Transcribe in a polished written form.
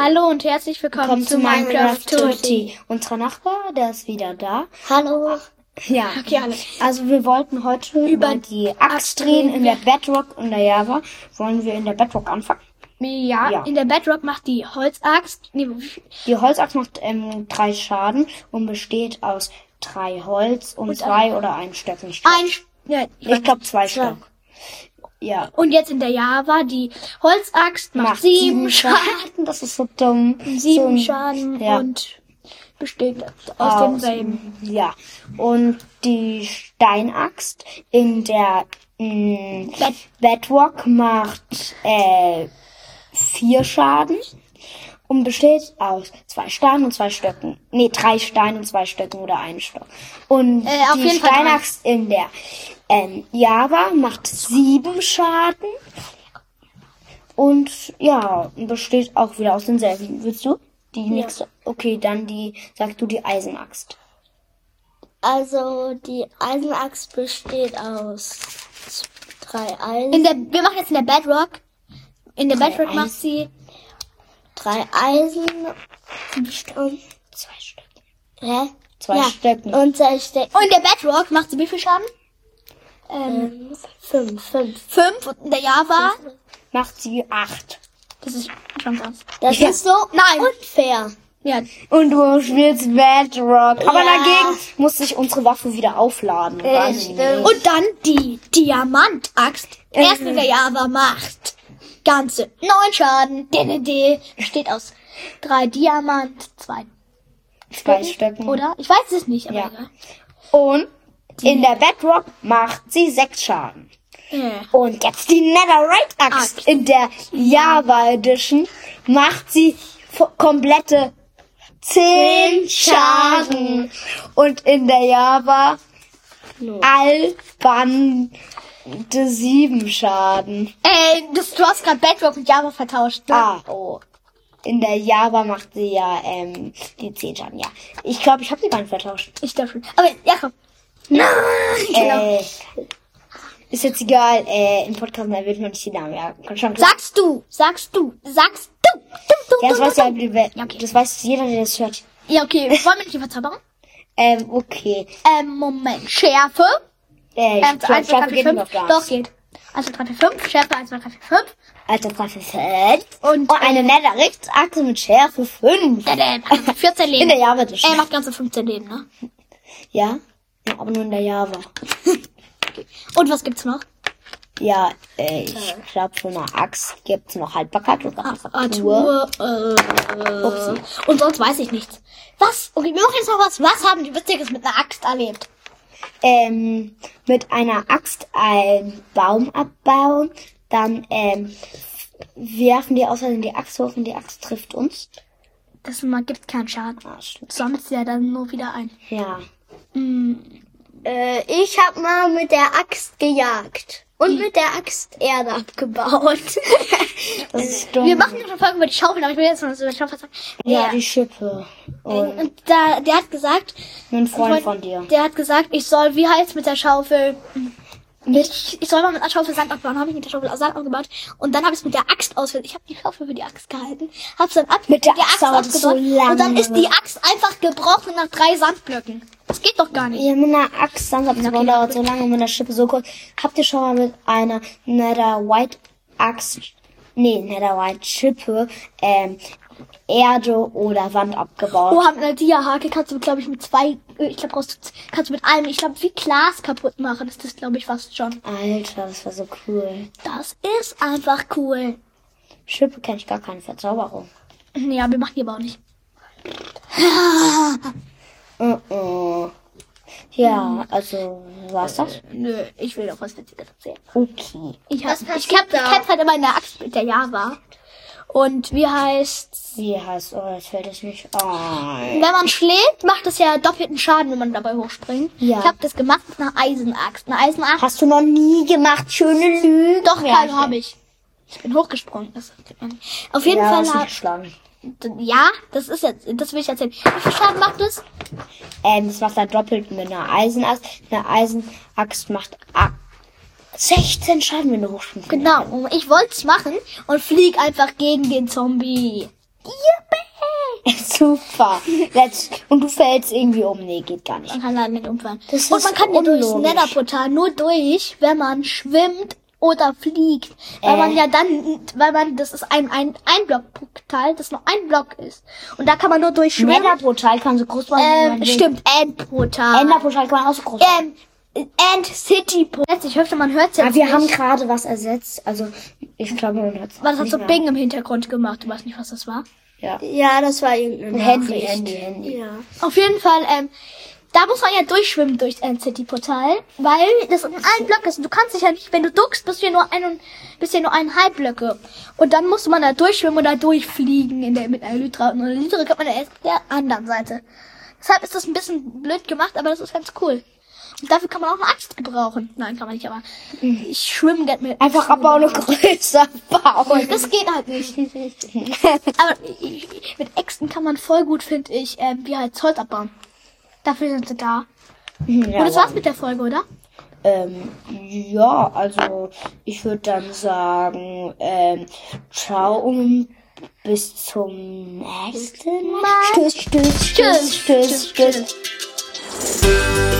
Hallo und herzlich willkommen zu Minecraft Tutti. Unser Nachbar, der ist wieder da. Hallo. Ja, Okay, hallo. Also wir wollten heute über die Axt reden in der Bedrock und der Java. Wollen wir in der Bedrock anfangen? Ja, in der Bedrock macht die Holzaxt... Die Holzaxt macht 3 Schaden und besteht aus 3 Holz und 2 oder 1 Stöcken. Ich glaube 2 Stück. Ja. Und jetzt in der Java, die Holzaxt macht 7 Schaden. Das ist so dumm. 7 Schaden ja. und besteht aus demselben. Ja. Und die Steinaxt in der Bedrock macht 4 Schaden und besteht aus 2 Steinen und 2 Stöcken. 3 Steine und 2 Stöcken oder 1 Stock. Und die Steinaxt in der Java macht 7 Schaden. Und ja, besteht auch wieder aus denselben. Willst du die nächste? Okay, dann sagst du die Eisenaxt. Also die Eisenaxt besteht aus 3 Eisen. Wir machen jetzt in der Bedrock. In der Bedrock macht sie 3 Eisen und 2 Stöcken. Hä? 2 Stöcken. Und 2 Stöcken. Und in der Bedrock macht sie wie viel Schaden? 5. 5 und in der Java macht sie 8. Das ist schon krass. Das ist so unfair. Ja. Und du spielst Bedrock. Aber dagegen muss sich unsere Waffe wieder aufladen. Und dann die Diamantaxt. Erst in der Java macht ganze 9 Schaden. Besteht aus 3 Diamant, 2 Stöcken. Oder? Ich weiß es nicht. Aber egal. Und in der Bedrock macht sie 6 Schaden. Und jetzt die Netherite-Axt. In der Java Edition macht sie komplette 10 Schaden. Und in der Java albernde 7 Schaden. Du hast gerade Bedrock und Java vertauscht. Ne? In der Java macht sie ja die 10 Schaden, ja. Ich glaube, ich habe sie gar nicht vertauscht. Ich glaube schon. Aber ja, komm. Nein! Genau. Ist jetzt egal, im Podcast will ich noch nicht die Namen merken. Sagst du. Ja, das weiß ja, das weiß jeder, der das hört. Ja, okay. Wollen wir nicht verzaubern? Okay. Moment. Schärfe. Schärfe geht nicht auf Gas. Doch, geht. Also 3, 4, 5. Schärfe 1, 2, 3, 4, 5. Also 3, 4, 5. Und eine Netherite-Achse mit Schärfe 5. 14 Leben. In der Java Edition. Er macht ganze 15 Leben, ne? Ja, aber nur in der Java. Okay. Und was gibt's noch? Ja, ich glaube, für eine Axt gibt's noch Haltbarkeit und Reparatur. Und sonst weiß ich nichts. Was? Okay, wir machen jetzt noch was. Was haben die Witziges mit einer Axt erlebt? Mit einer Axt einen Baum abbauen, dann werfen die außerdem die Axt hoch und die Axt trifft uns. Das gibt keinen Schaden. Sammelt ja dann nur wieder ein. Ja. Ich habe mal mit der Axt gejagt. Und mit der Axt Erde abgebaut. Das ist dumm. Wir machen noch eine Folge über die Schaufel, aber ich will jetzt noch über die Schaufel sagen. Ja, die Schippe. Und der hat gesagt... Ein Freund von dir. Der hat gesagt, ich soll, mit der Schaufel... Ich soll mal mit der Schaufel Sand abbauen. Habe ich mit der Schaufel Sand abgebaut. Und dann habe ich es mit der Axt ausgeführt. Ich habe die Schaufel für die Axt gehalten. Habe es dann mit der Axt abgebaut. So und dann ist die Axt einfach gebrochen nach 3 Sandblöcken. Das geht doch gar nicht. Ja, mit einer Axt Sand abzubauen dauert so lange, mit einer Schippe so kurz. Habt ihr schon mal mit einer Netherite Schippe Erde oder Wand abgebaut? Oh, mit einer Dia-Hake kannst du, glaube ich, mit 2, kannst du mit einem, ich glaube, wie Glas kaputt machen. Das ist, glaube ich, fast schon. Alter, das war so cool. Das ist einfach cool. Schippe kenne ich gar keine Verzauberung. Ja, wir machen die aber auch nicht. Ja, also, war's das? Nö, ich will doch was Witziges erzählen. Okay. Ich kämpfe halt immer in der Axt mit der Java. Und wie heißt... das fällt es nicht ein. Wenn man schlägt, macht es ja doppelten Schaden, wenn man dabei hochspringt. Ja. Ich habe das gemacht mit einer Eisenaxt. Eine Eisenaxt... Hast du noch nie gemacht, schöne Lüge? Doch, keine habe ich. Ich bin hochgesprungen. Auf jeden Fall Ja, das will ich erzählen. Wie viel Schaden macht es? Das macht er doppelt mit einer Eisenaxt. Eine Eisenaxt macht 16 Schaden, wenn du hochspringst. Genau, und ich wollte es machen und flieg einfach gegen den Zombie. Super. Und du fällst irgendwie um. Nee, geht gar nicht. Man kann leider nicht umfallen. Und man kann ja durchs Netherportal nur durch, wenn man schwimmt oder fliegt. Das ist ein Blockportal, das nur ein Block ist. Und da kann man nur durchschwimmen. Netherportal kann so groß machen. Stimmt, Endportal. Enderportal kann man auch so groß machen. End City. Ich hoffe, man hört es jetzt. Wir haben gerade was ersetzt. Also, ich glaube, man hört es. Was hat so Bing im Hintergrund gemacht? Du weißt nicht, was das war? Ja, das war irgendein Handy. Ja. Auf jeden Fall, da muss man ja durchschwimmen durch End City Portal, weil das in einem Block ist. Und du kannst dich ja nicht, wenn du duckst, bist du ja nur 1,5 Blöcke. Und dann musste man da durchschwimmen und da durchfliegen mit einer Elytra. Und eine Elytra kommt man erst der anderen Seite. Deshalb ist das ein bisschen blöd gemacht, aber das ist ganz cool. Und dafür kann man auch eine Axt gebrauchen. Nein, kann man nicht, aber ich schwimme gerne mit. Einfach abbauen und größer bauen. Das geht halt nicht. Aber mit Äxten kann man voll gut, finde ich, Holz abbauen. Dafür sind sie da. Und das war's mit der Folge, oder? Ja, also ich würde dann sagen, ciao und bis zum nächsten Mal. Tschüss.